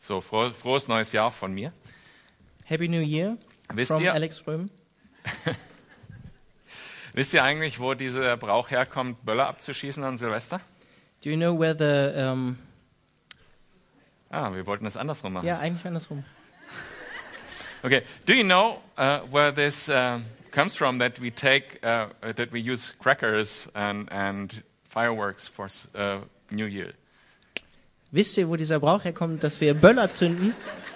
So, frohes neues Jahr von mir. Happy New Year Wisst from ihr- Alex Röhm. Wisst ihr eigentlich, wo dieser Brauch herkommt, Böller abzuschießen an Silvester? Do you know where the... Wir wollten das andersrum machen. ja, eigentlich andersrum. Okay. Do you know where this comes from? That we use crackers and fireworks for New Year. Wisst ihr, wo dieser Brauch herkommt, dass wir Böller zünden?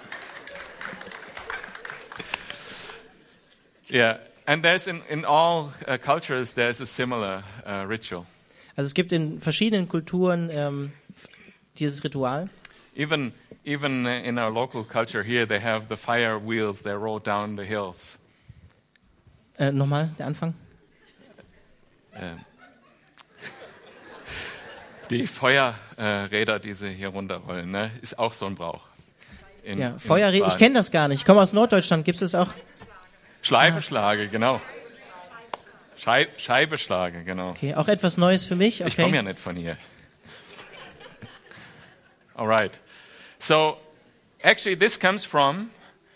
Yeah, and there's in all cultures there's a similar ritual. Also es gibt in verschiedenen Kulturen dieses Ritual. Even in our local culture here, they have the fire wheels. They roll down the hills. Nochmal, der Anfang. Die Feuerräder, die sie hier runterrollen, ne, ist auch so ein Brauch. Ja, Feuerräder, ich kenne das gar nicht. Ich komme aus Norddeutschland, gibt es das auch? Schleife schlage, genau. Scheibe schlage, genau. Okay, auch etwas Neues für mich. Okay. Ich komme ja nicht von hier. All right. So, actually, this comes from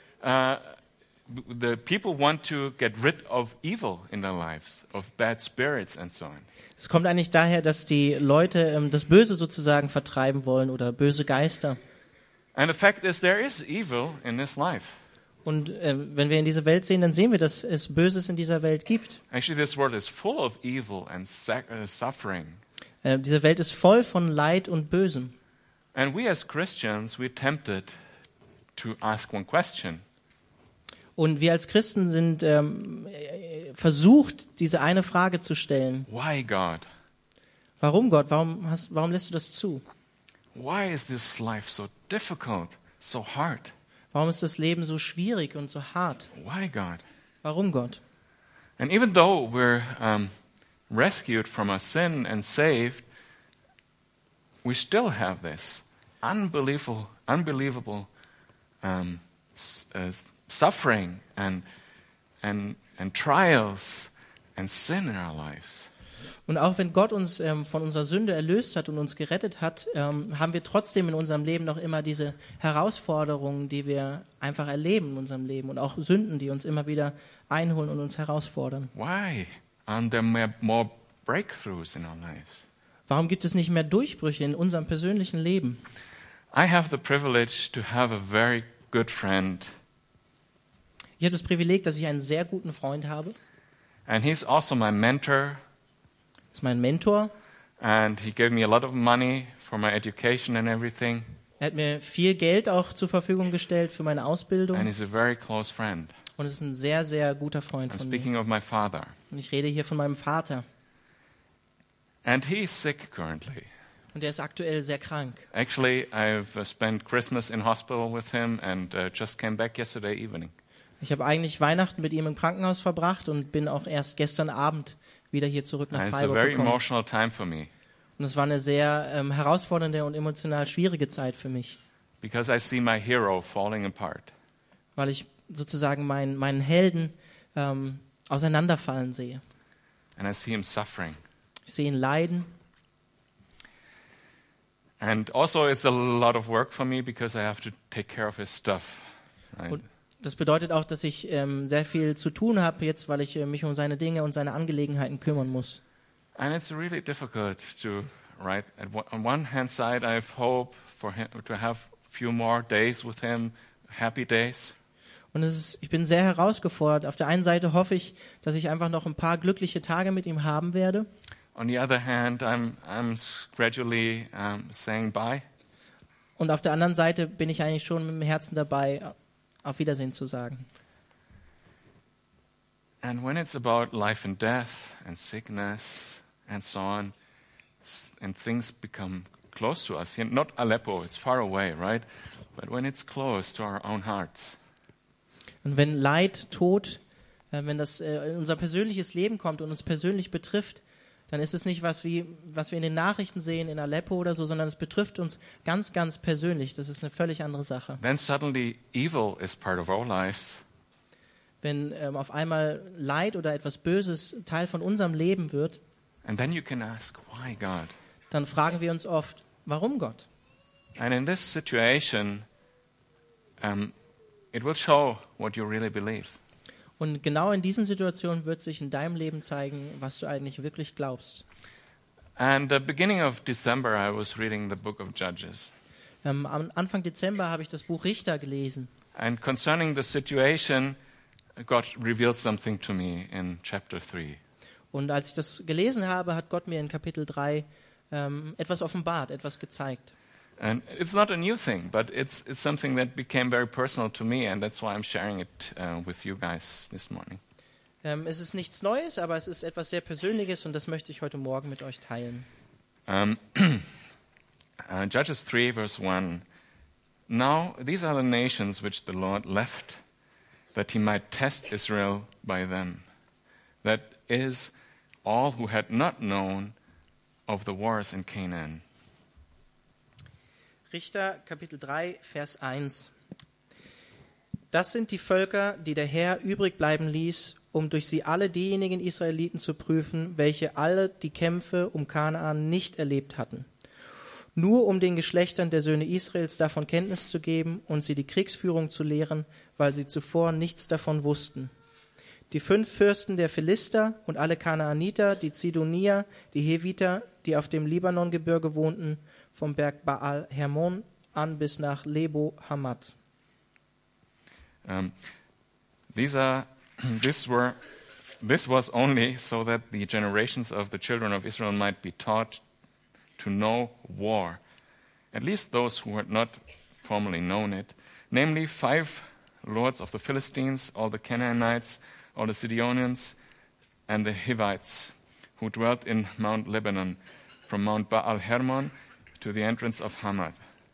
the people want to get rid of evil in their lives, of bad spirits and so on. Es kommt eigentlich daher, dass die Leute das Böse sozusagen vertreiben wollen oder böse Geister. And the fact is, there is evil in this life. Und wenn wir in diese Welt sehen, dann sehen wir, dass es Böses in dieser Welt gibt. Actually, this world is full of evil and suffering. Diese Welt ist voll von Leid und Bösem. And we as Christians, we're tempted to ask one question. Und wir als Christen sind versucht, diese eine Frage zu stellen. Why, God? Warum, Gott? Warum lässt du das zu? Why is this life so difficult, so hard? Warum ist das Leben so schwierig und so hart? Why, God? Warum, Gott? And even though we're rescued from our sin and saved, we still have this unbelievable suffering and trials and sin in our lives. Und auch wenn Gott uns von unserer Sünde erlöst hat und uns gerettet hat, haben wir trotzdem in unserem Leben noch immer diese Herausforderungen, die wir einfach erleben in unserem Leben und auch Sünden, die uns immer wieder einholen und uns herausfordern. Why aren't there more breakthroughs in our lives? Warum gibt es nicht mehr Durchbrüche in unserem persönlichen Leben? I have the privilege to have a very good friend, Ich habe das Privileg, dass ich einen sehr guten Freund habe. and he's also my mentor, Das ist mein Mentor. and he gave me a lot of money for my education and everything, Er hat mir viel Geld auch zur Verfügung gestellt für meine and Ausbildung. he's a very close friend. Und ist ein sehr, sehr guter Freund I'm von mir. speaking of my father, Und ich rede hier von meinem Vater. and he's sick currently. Und er ist aktuell sehr krank. Actually, I've spent Christmas in hospital with him and just came back yesterday evening. Ich habe eigentlich Weihnachten mit ihm im Krankenhaus verbracht und bin auch erst gestern Abend wieder hier zurück nach And it's a Freiburg very gekommen. emotional time for me Und es war eine sehr herausfordernde und emotional schwierige Zeit für mich, because I see my hero falling apart. weil ich sozusagen meinen Helden auseinanderfallen sehe. And I see him suffering. Ich sehe ihn leiden. And also it's a lot of work for me because I have to take care of his stuff. Right? Und das bedeutet auch, dass ich sehr viel zu tun habe jetzt, weil ich mich um seine Dinge und seine Angelegenheiten kümmern muss. And it's really difficult to, right? On one hand side, I have hope for him to have a few more days with him, happy days. Und ich bin sehr herausgefordert. Auf der einen Seite hoffe ich, dass ich einfach noch ein paar glückliche Tage mit ihm haben werde. On the other hand, I'm gradually saying bye. Und auf der anderen Seite bin ich eigentlich schon mit dem Herzen dabei, auf Wiedersehen zu sagen. And when it's about life and death and sickness and so on, and things become close to us, not Aleppo, it's far away, right? But when it's close to our own hearts, Und wenn Leid, Tod, wenn das in unser persönliches Leben kommt und uns persönlich betrifft, dann ist es nicht was wir in den Nachrichten sehen in Aleppo oder so, sondern es betrifft uns ganz, ganz persönlich. Das ist eine völlig andere Sache. then suddenly evil is part of our lives. Wenn auf einmal Leid oder etwas Böses Teil von unserem Leben wird, And then you can ask, why, God? dann fragen wir uns oft, warum Gott? And in this situation, it will show what you really believe. Und genau in diesen Situationen wird sich in deinem Leben zeigen, was du eigentlich wirklich glaubst. And at the beginning of December, I was reading the book of Judges. Am Anfang Dezember habe ich das Buch Richter gelesen. And concerning the situation, God revealed something to me in chapter 3. Und als ich das gelesen habe, hat Gott mir in Kapitel 3 etwas offenbart, etwas gezeigt. And it's not a new thing, but it's something that became very personal to me, and that's why I'm sharing it with you guys this morning. Es ist nichts Neues, aber es ist etwas sehr Persönliches und das möchte ich heute Morgen mit euch teilen. Judges 3, verse 1. Now these are the nations which the Lord left, that he might test Israel by them. That is, all who had not known of the wars in Canaan. Richter Kapitel 3, Vers 1. Das sind die Völker, die der Herr übrig bleiben ließ, um durch sie alle diejenigen Israeliten zu prüfen, welche alle die Kämpfe um Kanaan nicht erlebt hatten. Nur um den Geschlechtern der Söhne Israels davon Kenntnis zu geben und sie die Kriegsführung zu lehren, weil sie zuvor nichts davon wussten. Die 5 Fürsten der Philister und alle Kanaaniter, die Zidonier, die Heviter, die auf dem Libanongebirge wohnten, vom Berg Baal Hermon an bis nach Lebo Hamat. This was only so that the generations of the children of Israel might be taught to know war, at least those who had not formerly known it, namely 5 lords of the Philistines, all the Canaanites, all the Sidonians, and the Hivites, who dwelt in Mount Lebanon, from Mount Baal Hermon to the entrance of Hamath.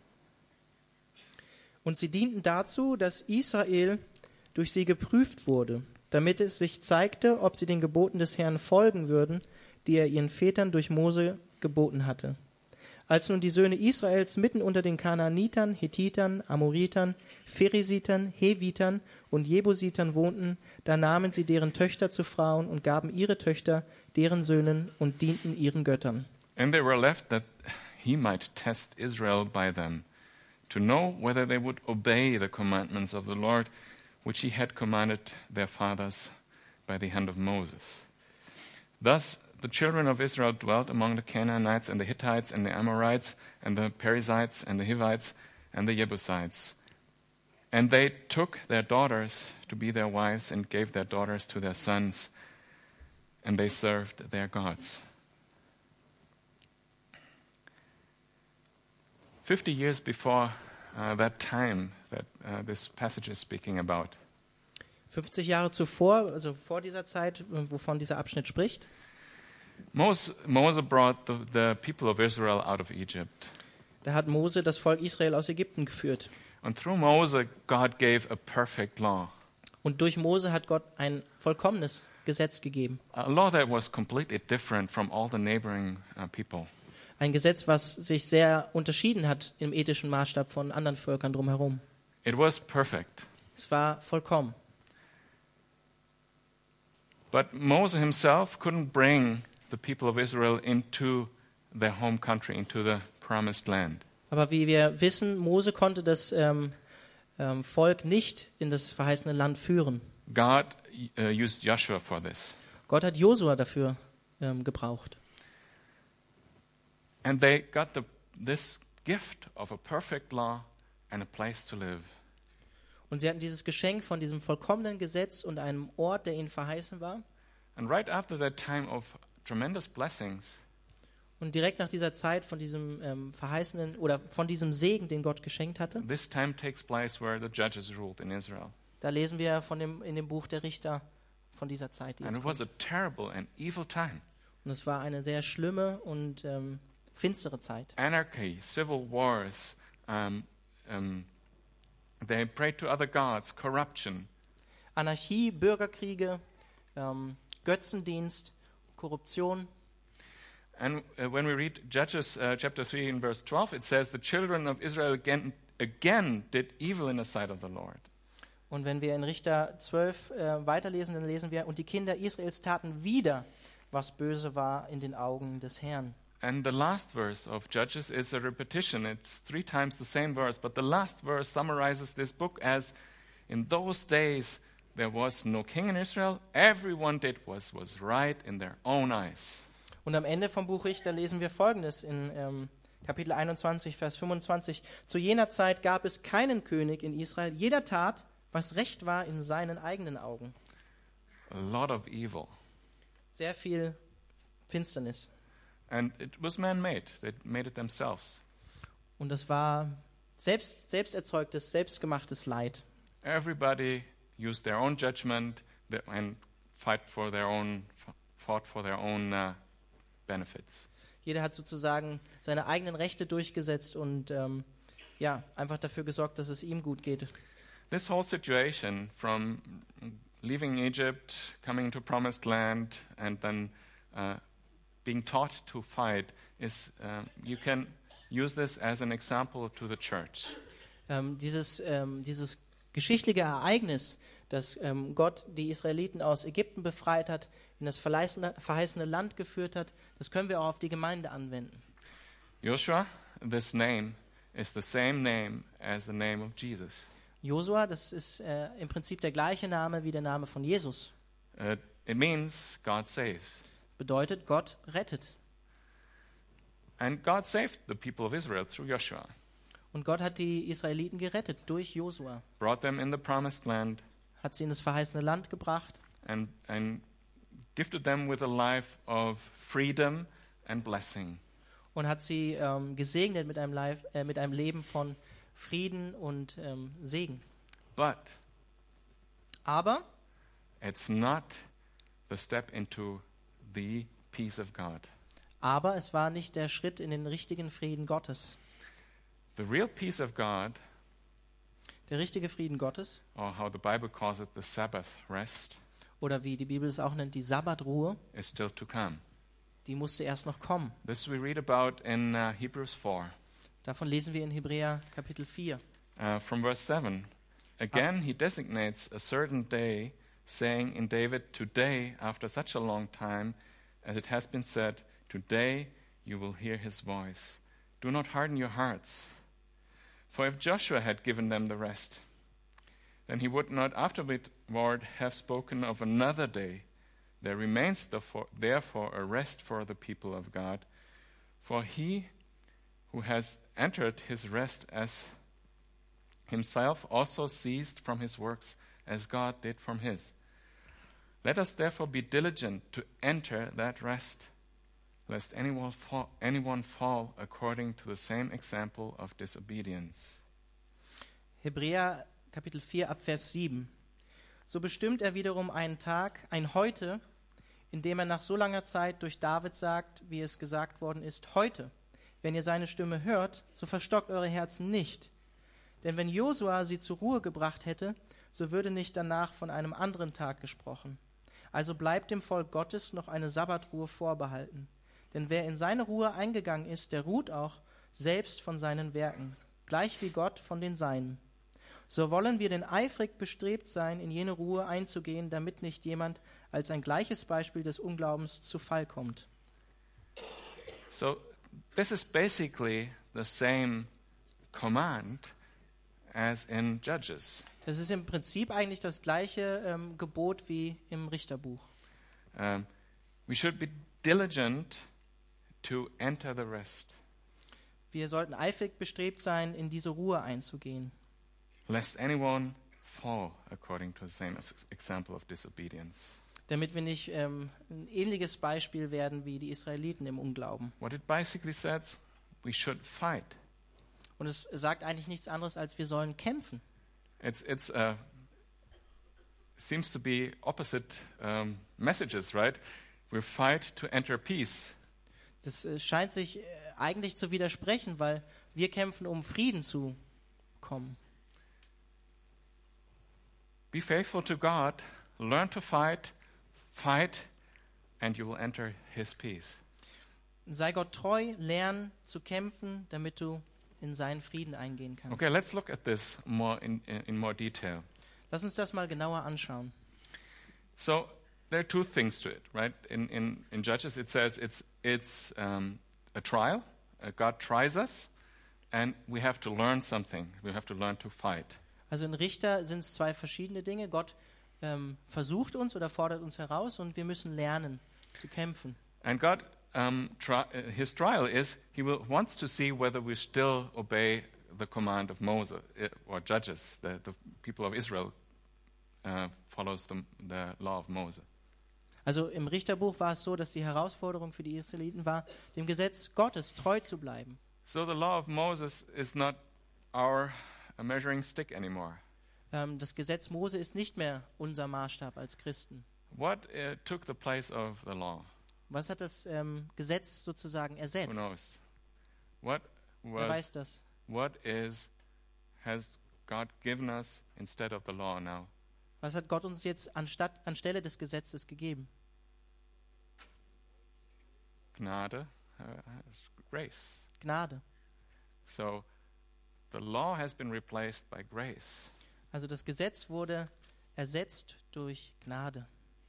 Und sie dienten dazu, dass Israel durch sie geprüft wurde, damit es sich zeigte, ob sie den Geboten des Herrn folgen würden, die er ihren Vätern durch Mose geboten hatte. Als nun die Söhne Israels mitten unter den Kanaanitern, Hethitern, Amoritern, Pheresitern, Hevitern und Jebusitern wohnten, da nahmen sie deren Töchter zu Frauen und gaben ihre Töchter deren Söhnen und dienten ihren Göttern. And they were left that he might test Israel by them, to know whether they would obey the commandments of the Lord, which he had commanded their fathers by the hand of Moses. Thus the children of Israel dwelt among the Canaanites and the Hittites and the Amorites and the Perizzites and the Hivites and the Jebusites. And they took their daughters to be their wives and gave their daughters to their sons, and they served their gods. 50 years before that time that this passage is speaking about, 50 Jahre zuvor, also vor dieser Zeit, wovon dieser Abschnitt spricht, Moses brought the people of Israel out of Egypt. da hat Mose das Volk Israel aus Ägypten geführt. And through Moses, God gave a perfect law. Und durch Mose hat Gott ein vollkommenes Gesetz gegeben. A law that was completely different from all the neighboring people. Ein Gesetz, was sich sehr unterschieden hat im ethischen Maßstab von anderen Völkern drumherum. It was perfect. Es war vollkommen. But Moses himself couldn't bring the people of Israel into their home country, into the promised land. Aber wie wir wissen, Mose konnte das Volk nicht in das verheißene Land führen. God used Joshua for this. Gott hat Josua dafür gebraucht. And they got this gift of a perfect law and a place to live. Und sie hatten dieses Geschenk von diesem vollkommenen Gesetz und einem Ort, der ihnen verheißen war. And right after that time of tremendous blessings, Und direkt nach dieser Zeit von diesem verheißenen oder von diesem Segen, den Gott geschenkt hatte, this time takes place where the judges ruled in Israel. da lesen wir in dem Buch der Richter von dieser Zeit. Die And jetzt it was kommt. a terrible and evil time. Und es war eine sehr schlimme und finstere Zeit. Anarchy, civil wars, they prayed to other gods, corruption. Anarchie, Bürgerkriege, Götzendienst, Korruption. And when we read Judges chapter 3 in verse 12, it says, the children of Israel again did evil in the sight of the Lord. Und wenn wir in Richter 12 weiterlesen, dann lesen wir, und die Kinder Israels taten wieder, was böse war in den Augen des Herrn. And the last verse of Judges is a repetition. It's 3 times the same verse, but the last verse summarizes this book as, in those days there was no king in Israel. Everyone did what was right in their own eyes. Und am Ende vom Buch Richter lesen wir Folgendes in Kapitel 21, Vers 25. Zu jener Zeit gab es keinen König in Israel. Jeder tat, was recht war in seinen eigenen Augen. A lot of evil. Sehr viel Finsternis. And it was man-made. They made it themselves. Und das war selbst erzeugtes, selbstgemachtes Leid. Everybody used their own judgment and fought for their own benefits. Jeder hat sozusagen seine eigenen Rechte durchgesetzt und einfach dafür gesorgt, dass es ihm gut geht. This whole situation from leaving Egypt, coming to promised land, and then being taught to fight is you can use this as an example to the church. Dieses geschichtliche Ereignis, dass Gott die Israeliten aus Ägypten befreit hat, in das verheißene Land geführt hat, das können wir auch auf die Gemeinde anwenden. Joshua, this name is the same name as the name of Jesus. Josua, das ist im Prinzip der gleiche Name wie der Name von Jesus. It means God saves. Bedeutet, Gott rettet. And God saved the people of Israel through Joshua. Und Gott hat die Israeliten gerettet durch Josua. Brought them in the promised land. Hat sie in das verheißene Land gebracht. And gifted them with a life of freedom and blessing. Und hat sie gesegnet mit einem Leben von Frieden und Segen. Aber it's not the step into the peace of God. Aber es war nicht der Schritt in den richtigen Frieden Gottes. The real peace of God, der richtige Frieden Gottes, or how the Bible calls it, the Sabbath rest, oder wie die Bibel es auch nennt, die Sabbatruhe, is still to come. Die musste erst noch kommen. This we read about in Hebrews 4. Davon lesen wir in Hebräer Kapitel 4. From verse 7. Again he designates a certain day, saying in David, today, after such a long time, as it has been said, today you will hear his voice. Do not harden your hearts. For if Joshua had given them the rest, then he would not afterward have spoken of another day. There remains therefore a rest for the people of God. For he who has entered his rest as himself also ceased from his works as God did from his. Let us therefore be diligent to enter that rest, lest anyone fall according to the same example of disobedience. Hebräer Kapitel 4 ab Vers 7. So bestimmt er wiederum einen Tag, ein Heute, in dem er nach so langer Zeit durch David sagt, wie es gesagt worden ist, heute, wenn ihr seine Stimme hört, so verstockt eure Herzen nicht. Denn wenn Josua sie zur Ruhe gebracht hätte, so würde nicht danach von einem anderen Tag gesprochen. Also bleibt dem Volk Gottes noch eine Sabbatruhe vorbehalten. Denn wer in seine Ruhe eingegangen ist, der ruht auch selbst von seinen Werken, gleich wie Gott von den Seinen. So wollen wir denn eifrig bestrebt sein, in jene Ruhe einzugehen, damit nicht jemand als ein gleiches Beispiel des Unglaubens zu Fall kommt. So this is basically the same command as in Judges. Das ist im Prinzip eigentlich das gleiche Gebot wie im Richterbuch. We should be diligent to enter the rest. Wir sollten eifrig bestrebt sein, in diese Ruhe einzugehen. Lest anyone fall according to the same example of disobedience. Damit wir nicht ein ähnliches Beispiel werden wie die Israeliten im Unglauben. What it basically says, we should fight. Und es sagt eigentlich nichts anderes, als wir sollen kämpfen. It seems to be opposite messages, right? We fight to enter peace. Das scheint sich eigentlich zu widersprechen, weil wir kämpfen, um Frieden zu bekommen. Be faithful to God, learn to fight, and you will enter his peace. Sei Gott treu, lern zu kämpfen, damit du in seinen Frieden eingehen kannst. Okay, let's look at this more in more detail. Lass uns das mal genauer anschauen. So there are two things to it, right? In Judges it says it's a trial. God tries us, and we have to learn something. We have to learn to fight. Also in Richter sind es zwei verschiedene Dinge. Gott versucht uns oder fordert uns heraus und wir müssen lernen zu kämpfen. And God, his trial is wants to see whether we still obey the command of Moses or judges. The people of Israel follows the law of Moses. Also im Richterbuch war es so, dass die Herausforderung für die Israeliten war, dem Gesetz Gottes treu zu bleiben. So the law of Moses is not our measuring stick anymore. Das Gesetz Mose ist nicht mehr unser Maßstab als Christen. What took the place of the law? Was hat das Gesetz sozusagen Who ersetzt? knows? What Wer weiß was? das? What has God given us instead of the law now? Was hat Gott uns jetzt anstelle des Gesetzes gegeben? Gnade, grace. Gnade. So the law has been replaced by grace. Also das Gesetz wurde ersetzt durch Gnade.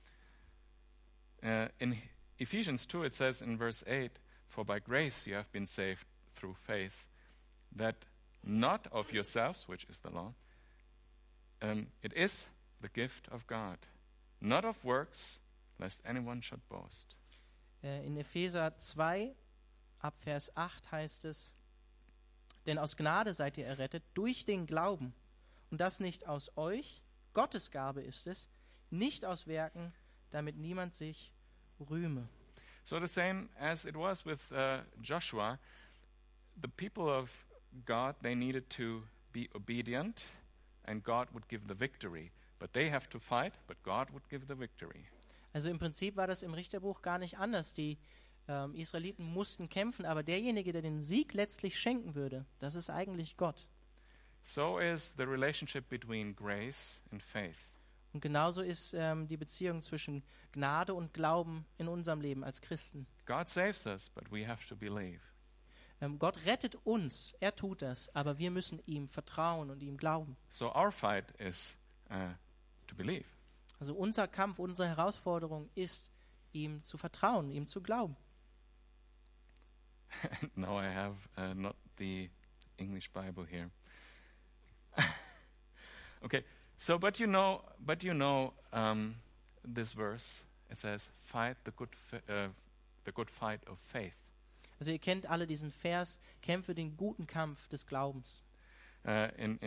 In Ephesians 2 it says in verse 8, "For by grace you have been saved through faith, that not of yourselves," which is the law, "it is the gift of God, not of works, lest anyone should boast." In Epheser 2, ab Vers 8 heißt es, denn aus Gnade seid ihr errettet durch den Glauben. Und das nicht aus euch, Gottes Gabe ist es, nicht aus Werken, damit niemand sich rühme. So the same as it was with Joshua, the people of God, they needed to be obedient, and God would give the victory. But they have to fight, but God would give the victory. Also im Prinzip war das im Richterbuch gar nicht anders. Die Israeliten mussten kämpfen, aber derjenige, der den Sieg letztlich schenken würde, das ist eigentlich Gott. So is the relationship between grace and faith. Und genauso ist die Beziehung zwischen Gnade und Glauben in unserem Leben als Christen. God saves us, but we have to believe. Gott rettet uns, er tut das, aber wir müssen ihm vertrauen und ihm glauben. So our fight is to believe. Also unser Kampf, unsere Herausforderung ist, ihm zu vertrauen, ihm zu glauben. Now I have not the English Bible here. Okay, so but you know this verse. It says, "Fight the good fight of faith." Also ihr kennt alle diesen Vers, kämpfe den guten Kampf des Glaubens. In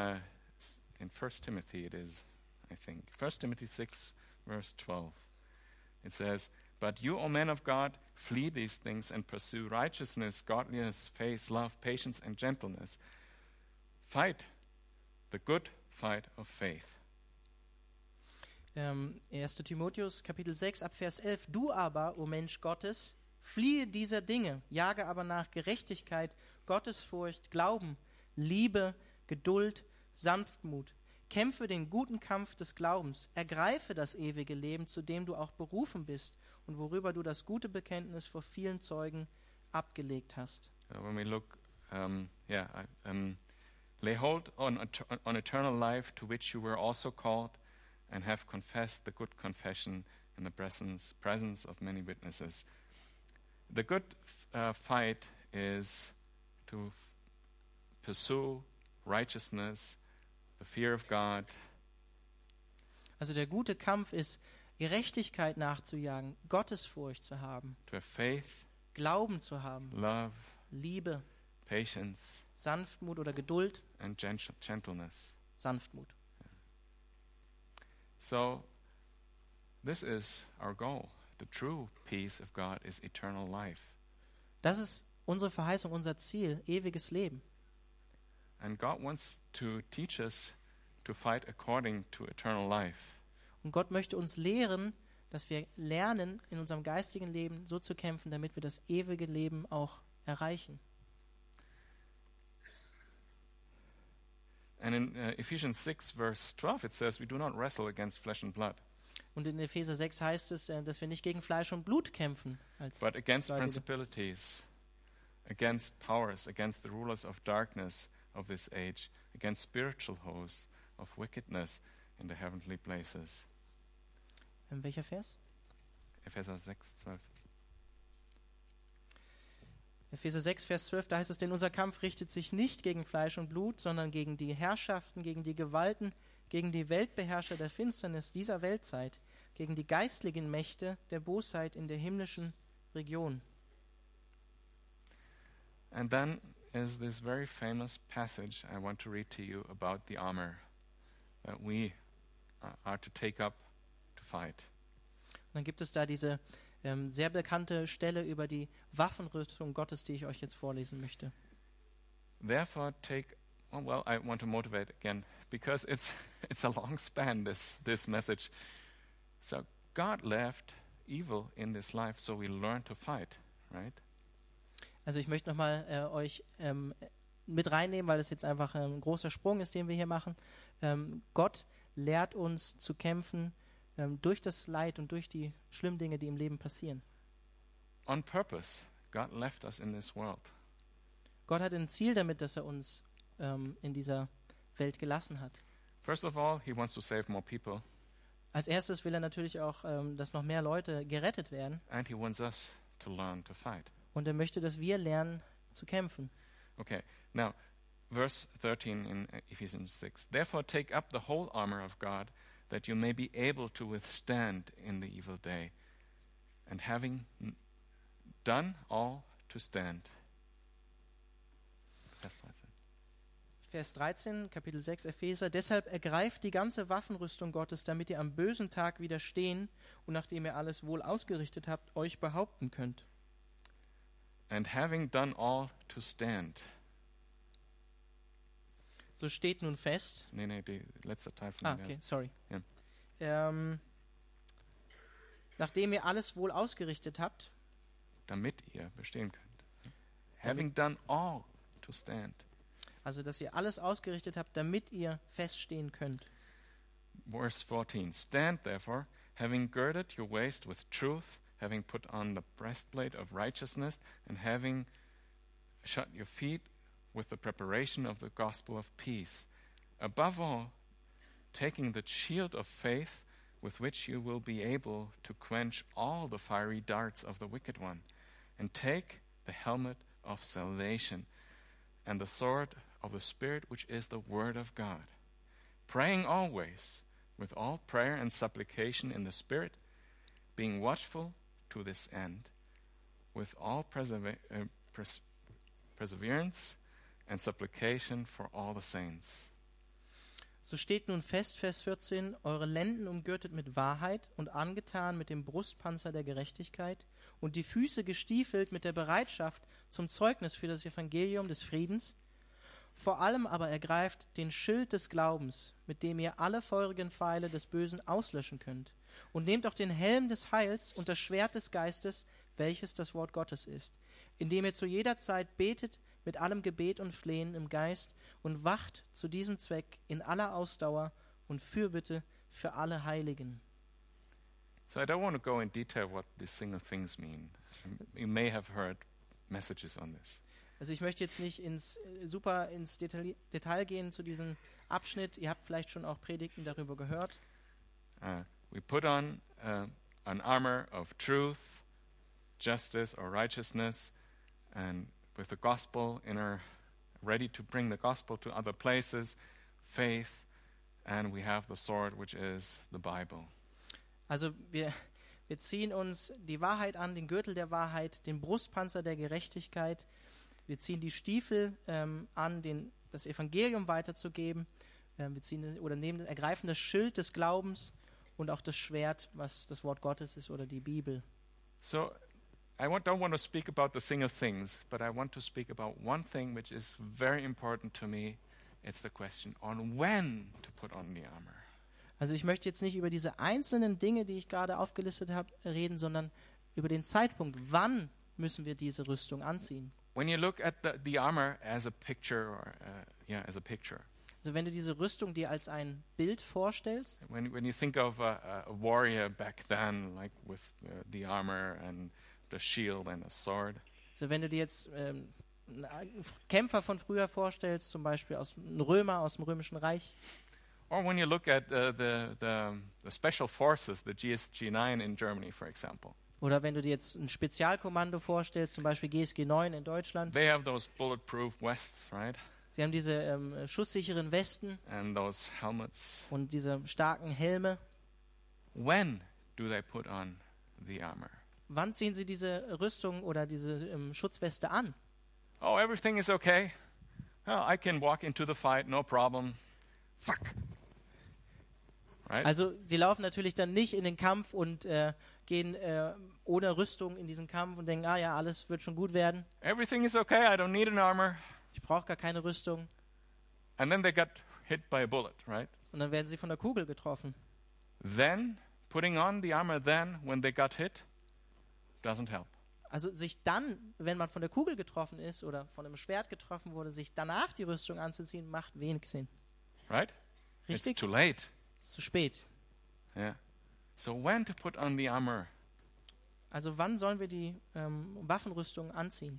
1 Timothy it is, I think, 1 Timothy 6 verse 12. It says, "But you, O men of God, flee these things and pursue righteousness, godliness, faith, love, patience, and gentleness. Fight the good fight of faith." 1. Timotheus, Kapitel 6, ab Vers 11. Du aber, o Mensch Gottes, fliehe dieser Dinge, jage aber nach Gerechtigkeit, Gottesfurcht, Glauben, Liebe, Geduld, Sanftmut. Kämpfe den guten Kampf des Glaubens, ergreife das ewige Leben, zu dem du auch berufen bist und worüber du das gute Bekenntnis vor vielen Zeugen abgelegt hast. When we look, lay hold on eternal life, to which you were also called, and have confessed the good confession in the presence of many witnesses. The good fight is to pursue righteousness, the fear of God. Also der gute Kampf ist, Gerechtigkeit nachzujagen, Gottesfurcht zu haben, To have faith, Glauben zu haben, love, Liebe, patience, Sanftmut oder Geduld, and gentleness. Sanftmut. So, this is our goal. The true peace of God is eternal life. Das ist unsere Verheißung, unser Ziel, ewiges Leben. And God wants to teach us to fight according to eternal life. Und Gott möchte uns lehren, dass wir lernen, in unserem geistigen Leben so zu kämpfen, damit wir das ewige Leben auch erreichen. And in Ephesians 6, verse 12, it says, "We do not wrestle against flesh and blood, Und in Epheser 6 heißt es, dass wir nicht gegen Fleisch und Blut kämpfen. but against Gläubige. principalities, against powers, against the rulers of darkness of this age, against spiritual hosts of wickedness in the heavenly places." Welcher Vers? Epheser 6, 12. Epheser 6, Vers 12, da heißt es, denn unser Kampf richtet sich nicht gegen Fleisch und Blut, sondern gegen die Herrschaften, gegen die Gewalten, gegen die Weltbeherrscher der Finsternis dieser Weltzeit, gegen die geistlichen Mächte der Bosheit in der himmlischen Region. And then is this very famous passage I want to read to you about the armor that we are to take up to fight. Und dann gibt es da diese sehr bekannte Stelle über die Waffenrüstung Gottes, die ich euch jetzt vorlesen möchte. Therefore take, well, I want to motivate again, because it's a long span, this message. So God left evil in this life, so we learn to fight, right? Also ich möchte nochmal euch mit reinnehmen, weil es jetzt einfach ein großer Sprung ist, den wir hier machen. Gott lehrt uns zu kämpfen durch das Leid und durch die schlimmen Dinge, die im Leben passieren. On purpose, God left us in this world. Gott hat ein Ziel damit, dass er uns in dieser Welt gelassen hat. First of all, He wants to save more people, Als erstes will er natürlich auch, dass noch mehr Leute gerettet werden. and He wants us to learn to fight. Und er möchte, dass wir lernen zu kämpfen. Okay, now, verse 13 in Ephesians 6. Therefore take up the whole armor of God, that you may be able to withstand in the evil day, and having done all, to stand. Vers 13. Vers 13, Kapitel 6, Epheser. Deshalb ergreift die ganze Waffenrüstung Gottes, damit ihr am bösen Tag widerstehen und nachdem ihr alles wohl ausgerichtet habt, euch behaupten könnt. And having done all, to stand. So steht nun fest. Nee, die letzte Teil von dem Okay, Vers. sorry. Ja. Nachdem ihr alles wohl ausgerichtet habt, Damit ihr bestehen könnt. Having done all, to stand. also dass ihr alles ausgerichtet habt, damit ihr feststehen könnt. Verse 14. Stand therefore, having girded your waist with truth, having put on the breastplate of righteousness, and having shut your feet with the preparation of the gospel of peace. Above all, taking the shield of faith, with which you will be able to quench all the fiery darts of the wicked one, and take the helmet of salvation, and the sword of the Spirit, which is the word of God, praying always with all prayer and supplication in the Spirit, being watchful to this end, with all perseverance and supplication for all the saints. So steht nun fest, Vers 14, eure Lenden umgürtet mit Wahrheit und angetan mit dem Brustpanzer der Gerechtigkeit und die Füße gestiefelt mit der Bereitschaft zum Zeugnis für das Evangelium des Friedens. Vor allem aber ergreift den Schild des Glaubens, mit dem ihr alle feurigen Pfeile des Bösen auslöschen könnt. Und nehmt auch den Helm des Heils und das Schwert des Geistes, welches das Wort Gottes ist, indem ihr zu jeder Zeit betet mit allem Gebet und Flehen im Geist und wacht zu diesem Zweck in aller Ausdauer und Fürbitte für alle Heiligen. So I don't want to go in detail what these single things mean. You may have heard messages on this. Also ich möchte jetzt nicht ins Detail gehen zu diesem Abschnitt. Ihr habt vielleicht schon auch Predigten darüber gehört. We put on an armor of truth, justice or righteousness, and with the gospel ready to bring the gospel to other places, faith, and we have the sword, which is the Bible. Also wir ziehen uns die Wahrheit an, den Gürtel der Wahrheit, den Brustpanzer der Gerechtigkeit. Wir ziehen die Stiefel an, das Evangelium weiterzugeben. Ergreifen das Schild des Glaubens und auch das Schwert, was das Wort Gottes ist oder die Bibel. So I don't want to speak about the single things, but I want to speak about one thing which is very important to me. It's the question on when to put on the armor. Also ich möchte jetzt nicht über diese einzelnen Dinge, die ich gerade aufgelistet habe, reden, sondern über den Zeitpunkt, wann müssen wir diese Rüstung anziehen. When you look at the armor as a picture, as a picture. Also wenn du diese Rüstung dir als ein Bild vorstellst, When you think of a warrior back then, like with the armor and the shield and the sword. also wenn du dir jetzt einen Kämpfer von früher vorstellst, zum Beispiel einen Römer aus dem Römischen Reich, Or when you look at the special forces, the GSG 9 in Germany, for example. Oder wenn du dir jetzt ein Spezialkommando vorstellst, zum Beispiel GSG 9 in Deutschland, They have those bulletproof vests, right? sie haben diese schusssicheren Westen And those helmets. und diese starken Helme. When do they put on the armor? Wann ziehen sie diese Rüstung oder diese Schutzweste an? Oh, everything is okay. Oh, I can walk into the fight, no problem. Fuck. Right? Also sie laufen natürlich dann nicht in den Kampf und gehen ohne Rüstung in diesen Kampf und denken, ah ja, alles wird schon gut werden. Everything is okay. I don't need an armor. Ich brauche gar keine Rüstung. And then they got hit by a bullet, right? Und dann werden sie von der Kugel getroffen. Then putting on the armor then when they got hit doesn't help. Also sich dann, wenn man von der Kugel getroffen ist oder von einem Schwert getroffen wurde, sich danach die Rüstung anzuziehen, macht wenig Sinn. Right? Richtig? It's too late. Ist zu spät. Yeah. So when to put on the armor? Also wann sollen wir die Waffenrüstung anziehen?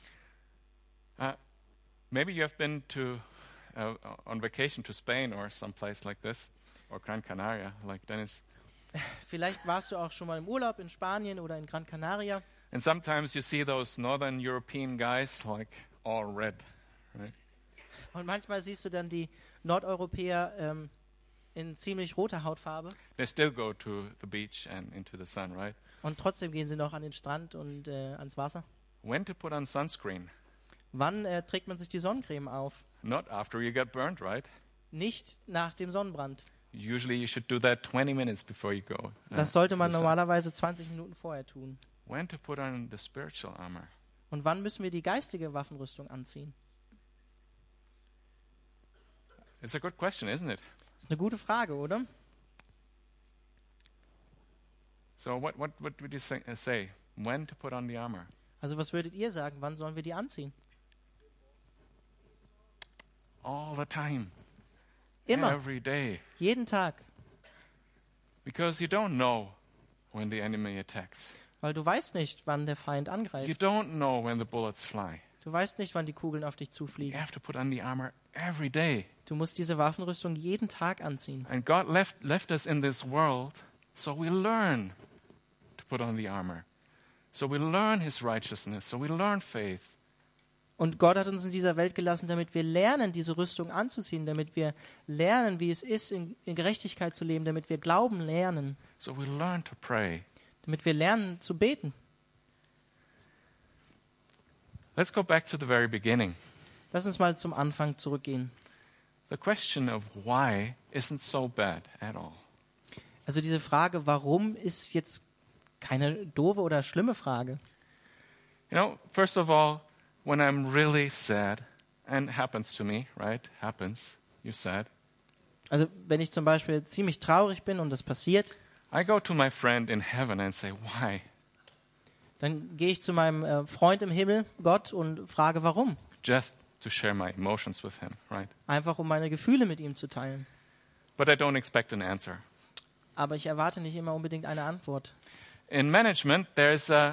Maybe you have been on vacation to Spain or someplace like this, or Gran Canaria, like Dennis. Vielleicht warst du auch schon mal im Urlaub in Spanien oder in Gran Canaria. And sometimes you see those northern European guys like all red, right? Und manchmal siehst du dann die Nordeuropäer in ziemlich roter Hautfarbe. They still go to the beach and into the sun, right? Und trotzdem gehen sie noch an den Strand und ans Wasser. When to put on sunscreen? Wann trägt man sich die Sonnencreme auf? Not after you get burned, right? Nicht nach dem Sonnenbrand. Usually you should do that 20 minutes before you go. Das sollte man to the sun. normalerweise 20 Minuten vorher tun. When to put on the spiritual armor? Und wann müssen wir die geistige Waffenrüstung anziehen? It's a good question, isn't it? Das ist eine gute Frage, oder? So what would you say? When to put on the armor? Also was würdet ihr sagen? Wann sollen wir die anziehen? All the time. Immer. Every day. Jeden Tag. Because you don't know when the enemy attacks. Weil du weißt nicht, wann der Feind You angreift. don't know when the bullets fly. Du weißt nicht, wann die Kugeln auf dich You zufliegen. have to put on the armor every day. Du musst diese Waffenrüstung jeden Tag anziehen. And God left us in this world so we learn to put on the armor. So we learn His righteousness. So we learn faith. Und Gott hat uns in dieser Welt gelassen, damit wir lernen, diese Rüstung anzuziehen, damit wir lernen, wie es ist, in Gerechtigkeit zu leben, damit wir Glauben lernen, So we learn to pray. damit wir lernen zu beten. Let's go back to the very beginning. Lass uns mal zum Anfang zurückgehen. The question of why isn't so bad at all. Also diese Frage, warum, ist jetzt keine doofe oder schlimme Frage. You know, first of all, when I'm really sad, and happens to me, right? Happens. You're sad. Also wenn ich zum Beispiel ziemlich traurig bin und das passiert, I go to my friend in heaven and say, why? dann gehe ich zu meinem Freund im Himmel, Gott, und frage, warum. Just to share my emotions with him, right? Einfach um meine Gefühle mit ihm zu teilen. But I don't expect an answer. Aber ich erwarte nicht immer unbedingt eine Antwort. In management, there's a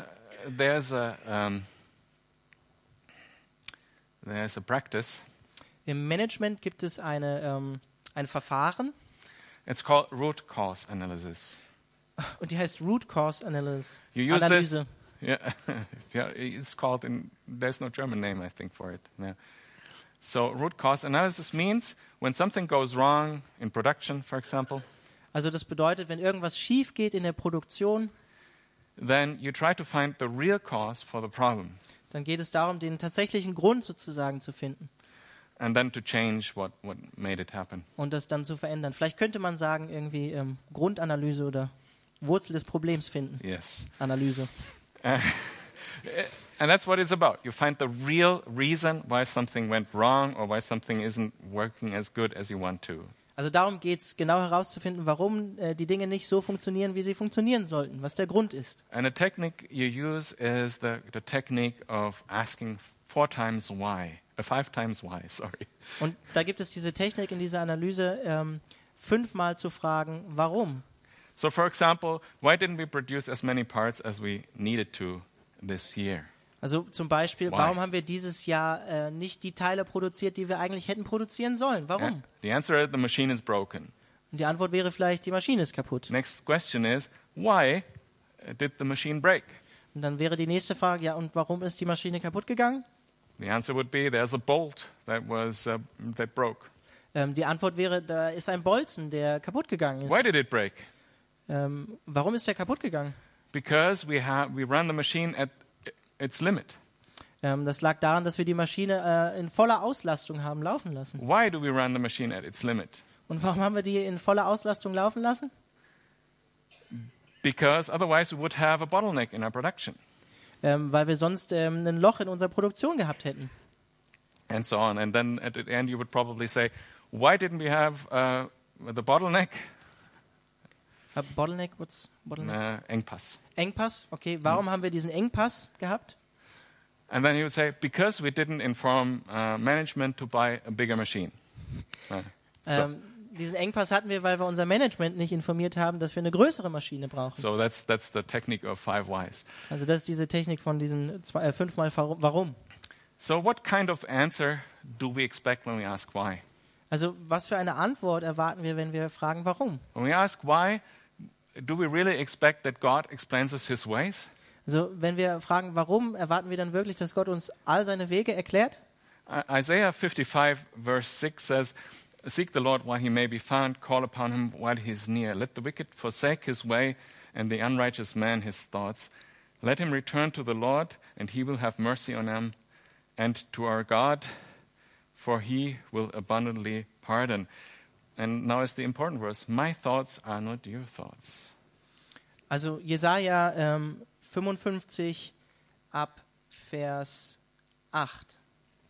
practice. Im Management gibt es ein Verfahren It's called root cause analysis. und die heißt Root Cause Analysis. You use Analyse. this. Yeah, yeah, it's called there's no German name, I think, for it. Yeah. So root cause analysis means when something goes wrong in production, for example, Also das bedeutet, wenn irgendwas schief geht in der Produktion, then you try to find the real cause for the problem dann geht es darum, den tatsächlichen Grund sozusagen zu finden and then to change what made it happen. und das dann zu verändern. Vielleicht könnte man sagen, irgendwie Grundanalyse oder Wurzel des Problems finden. Yes. Analyse. And that's what it's about. You find the real reason why something went wrong or why something isn't working as good as you want to. Also darum geht es, genau herauszufinden, warum die Dinge nicht so funktionieren, wie sie funktionieren sollten, was der Grund ist. And the technique you use is the technique of asking 5 times why, sorry. Und da gibt es diese Technik in dieser Analyse, 5-mal zu fragen, warum. So for example, why didn't we produce as many parts as we needed to this year? Also zum Beispiel, Why? warum haben wir dieses Jahr nicht die Teile produziert, die wir eigentlich hätten produzieren sollen? Warum? Yeah. The answer is the machine is broken. Und die Antwort wäre vielleicht, die Maschine ist kaputt. Next question is, why did the machine break? Und dann wäre die nächste Frage, ja, und warum ist die Maschine kaputt gegangen? The answer would be there's a bolt that broke. Die Antwort wäre, da ist ein Bolzen, der kaputt gegangen Why ist. did it break? Warum ist der kaputt gegangen? Because we run the machine at its limit. Das lag daran, dass wir die Maschine in voller Auslastung haben laufen lassen. Why do we run the machine at its limit? Und warum haben wir die in voller Auslastung laufen lassen? Because otherwise we would have a bottleneck in our production. Weil wir sonst ein Loch in unserer Produktion gehabt hätten. And so on. And then at the end you would probably say, why didn't we have the bottleneck? Bottleneck, what's Bottleneck? Engpass. Engpass, okay. Warum haben wir diesen Engpass gehabt? And then you would say, because we didn't inform management to buy a bigger machine. Diesen Engpass hatten wir, weil wir unser Management nicht informiert haben, dass wir eine größere Maschine brauchen. So that's the technique of 5 whys. Also das ist diese Technik von diesen 5-mal Warum. So what kind of answer do we expect when we ask why? Also was für eine Antwort erwarten wir, wenn wir fragen, warum? When we ask why, do we really expect that God explains us his ways? Also wenn wir fragen, warum, erwarten wir dann wirklich, dass Gott uns all seine Wege erklärt? Isaiah 55 verse 6 says, seek the Lord while he may be found, call upon him while he is near. Let the wicked forsake his way and the unrighteous man his thoughts. Let him return to the Lord and he will have mercy on him, and to our God, for he will abundantly pardon. And now is the important verse. My thoughts are not your thoughts. Also Jesaja 55 ab Vers 8.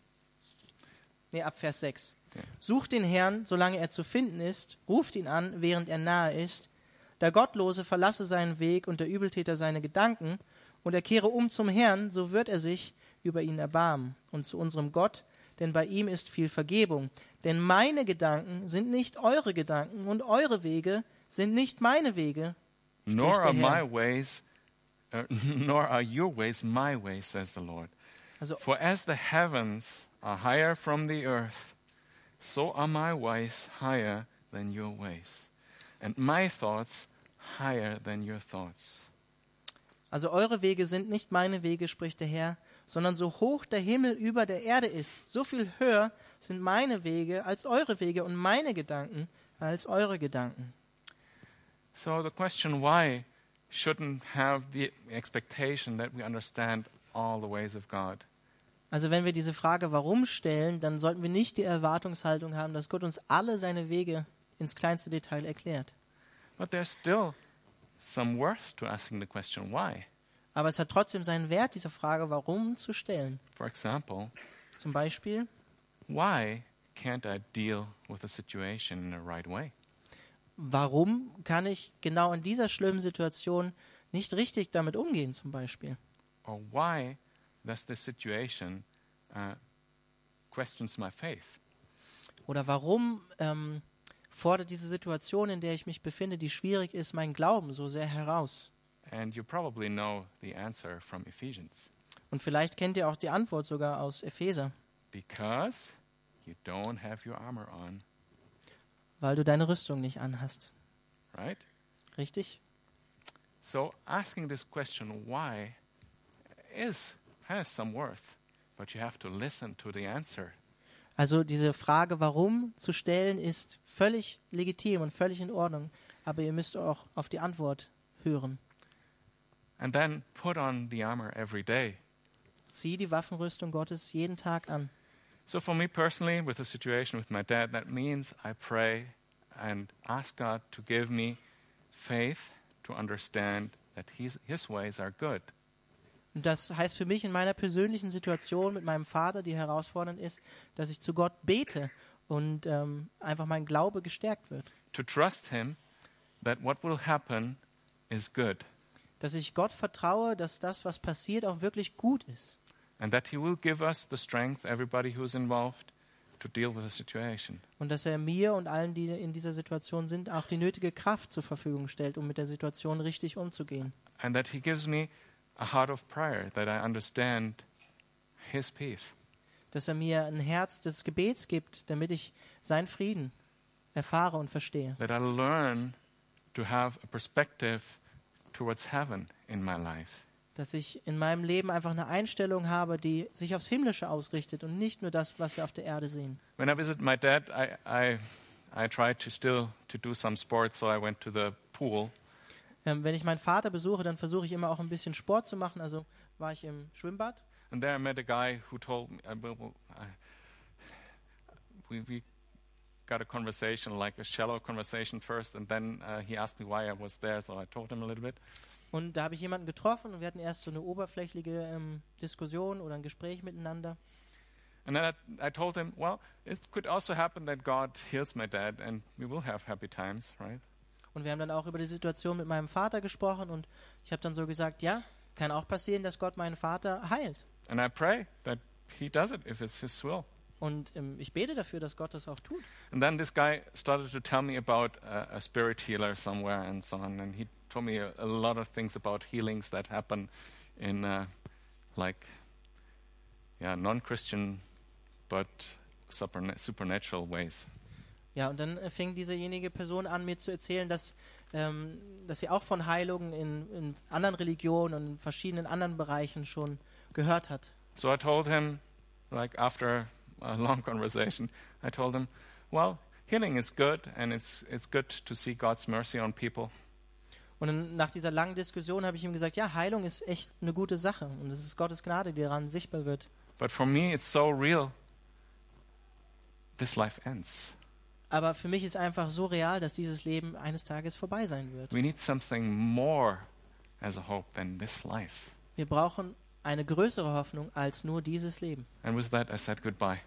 Nee, ab Vers 6. Ja. Sucht den Herrn, solange er zu finden ist, ruft ihn an, während er nahe ist. Der Gottlose verlasse seinen Weg und der Übeltäter seine Gedanken, und er kehre um zum Herrn, so wird er sich über ihn erbarmen. Und zu unserem Gott, denn bei ihm ist viel Vergebung. Denn meine Gedanken sind nicht eure Gedanken und eure Wege sind nicht meine Wege, Nor spricht are der Herr. my ways, nor are your ways my ways, says the Lord. Also For as the heavens are higher from the earth, so are my ways higher than your ways, and my thoughts higher than your thoughts. Also eure Wege sind nicht meine Wege, spricht der Herr, sondern so hoch der Himmel über der Erde ist, so viel höher sind meine Wege als eure Wege und meine Gedanken als eure Gedanken. So the question why shouldn't have the expectation that we understand all the ways of God. Also wenn wir diese Frage warum stellen, dann sollten wir nicht die Erwartungshaltung haben, dass Gott uns alle seine Wege ins kleinste Detail erklärt. But there's still some worth to asking the question why. Aber es hat trotzdem seinen Wert, diese Frage warum zu stellen. For example, Zum Beispiel, why can't I deal with a situation in the right way? warum kann ich genau in dieser schlimmen Situation nicht richtig damit umgehen, zum Beispiel? Or why does this situation questions my faith? Oder warum fordert diese Situation, in der ich mich befinde, die schwierig ist, meinen Glauben so sehr heraus? And you probably know the answer from Ephesians. Und vielleicht kennt ihr auch die Antwort sogar aus Epheser. Because you don't have your armor on, Weil du deine Rüstung nicht anhast. right? Richtig? So asking this question why has some worth, but you have to listen to the answer. Also diese Frage warum zu stellen ist völlig legitim und völlig in Ordnung. Aber ihr müsst auch auf die Antwort hören. And then put on the armor every day. Zieh die Waffenrüstung Gottes jeden Tag an. So for me personally, with the situation with my dad, that means I pray and ask God to give me faith to understand that his ways are good. Und das heißt für mich in meiner persönlichen Situation mit meinem Vater, die herausfordernd ist, dass ich zu Gott bete und einfach mein Glaube gestärkt wird. To trust him that what will happen is good. Dass ich Gott vertraue, dass das, was passiert, auch wirklich gut ist. And that he will give us the strength, everybody who's involved, to deal with the situation. Und dass er mir und allen, die in dieser Situation sind, auch die nötige Kraft zur Verfügung stellt, um mit der Situation richtig umzugehen. And that he gives me a heart of prayer, that I understand his peace. Dass er mir ein Herz des Gebets gibt, damit ich seinen Frieden erfahre und verstehe. That I learn to have a perspective towards heaven in my life. Dass ich in meinem Leben einfach eine Einstellung habe, die sich aufs Himmlische ausrichtet und nicht nur das, was wir auf der Erde sehen. When I visit my dad, I tried to still to do some sports, so I went to the pool. Wenn ich meinen Vater besuche, dann versuche ich immer auch ein bisschen Sport zu machen. Also war ich im Schwimmbad. And there I met a guy who told me, we got a conversation, like a shallow conversation first, and then he asked me why I was there, so I told him a little bit. Und da habe ich jemanden getroffen und wir hatten erst so eine oberflächliche Diskussion oder ein Gespräch miteinander. And then I told him, well, it could also happen that God heals my dad and we will have happy times, right? Und wir haben dann auch über die Situation mit meinem Vater gesprochen und ich habe dann so gesagt, ja, kann auch passieren, dass Gott meinen Vater heilt. And I pray that he does it if it's his will. Und ich bete dafür, dass Gott das auch tut. And then this guy started to tell me about a spirit healer somewhere and so on. And he told me a lot of things about healings that happen in non-Christian but supernatural ways. Ja, und dann fing diesejenige Person an, mir zu erzählen, dass sie auch von Heilungen in anderen Religionen und in verschiedenen anderen Bereichen schon gehört hat. So I told him, like after a long conversation, I told him, well, healing is good and it's good to see God's mercy on people. Und dann, nach dieser langen Diskussion habe ich ihm gesagt, ja, Heilung ist echt eine gute Sache und es ist Gottes Gnade, die daran sichtbar wird. But for me it's so real. This life ends. Aber für mich ist einfach so real, dass dieses Leben eines Tages vorbei sein wird. We need something more as a hope than this life. Wir brauchen eine größere Hoffnung als nur dieses Leben. And with that I said goodbye.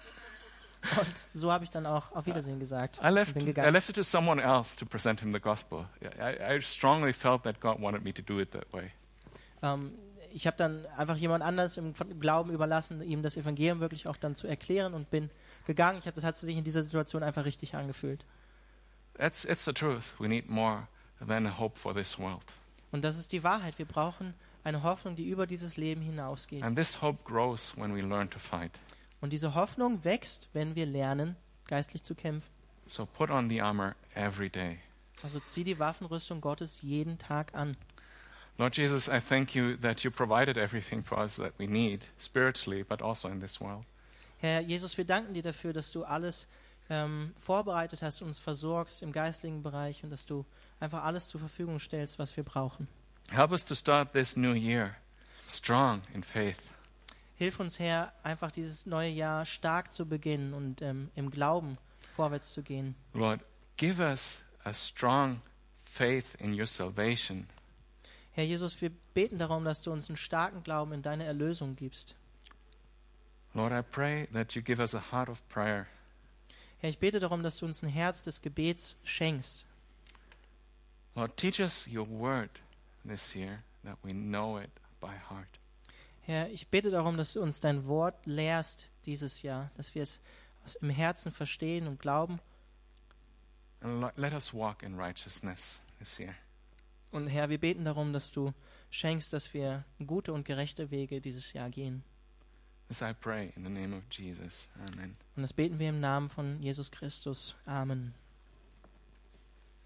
Und so habe ich dann auch auf Wiedersehen gesagt. I und bin left gegangen. it to someone else to present him the gospel. I strongly felt that God wanted me to do it that way. Ich habe dann einfach jemand anders im Glauben überlassen, ihm das Evangelium wirklich auch dann zu erklären und bin gegangen. Das hat sich in dieser Situation einfach richtig angefühlt. It's the truth. We need more than a hope for this world. Und das ist die Wahrheit. Wir brauchen eine Hoffnung, die über dieses Leben hinausgeht. And this hope grows when we learn to fight. Und diese Hoffnung wächst, wenn wir lernen, geistlich zu kämpfen. So put on the armor every day. Also zieh die Waffenrüstung Gottes jeden Tag an. Lord Jesus, I thank you that you provided everything for us that we need, spiritually, but also in this world. Herr Jesus, wir danken dir dafür, dass du alles vorbereitet hast, uns versorgst im geistlichen Bereich und dass du einfach alles zur Verfügung stellst, was wir brauchen. Help us to start this new year strong in faith. Hilf uns, Herr, einfach dieses neue Jahr stark zu beginnen und im Glauben vorwärts zu gehen. Lord, give us a strong faith in your salvation. Herr Jesus, wir beten darum, dass du uns einen starken Glauben in deine Erlösung gibst. Lord, I pray that you give us a heart of prayer. Herr, ich bete darum, dass du uns ein Herz des Gebets schenkst. Lord, teach us your word this year, that we know it by heart. Herr, ich bete darum, dass du uns dein Wort lehrst dieses Jahr, dass wir es im Herzen verstehen und glauben. And let us walk in righteousness this year. Und Herr, wir beten darum, dass du schenkst, dass wir gute und gerechte Wege dieses Jahr gehen. This I pray in the name of Jesus. Amen. Und das beten wir im Namen von Jesus Christus. Amen.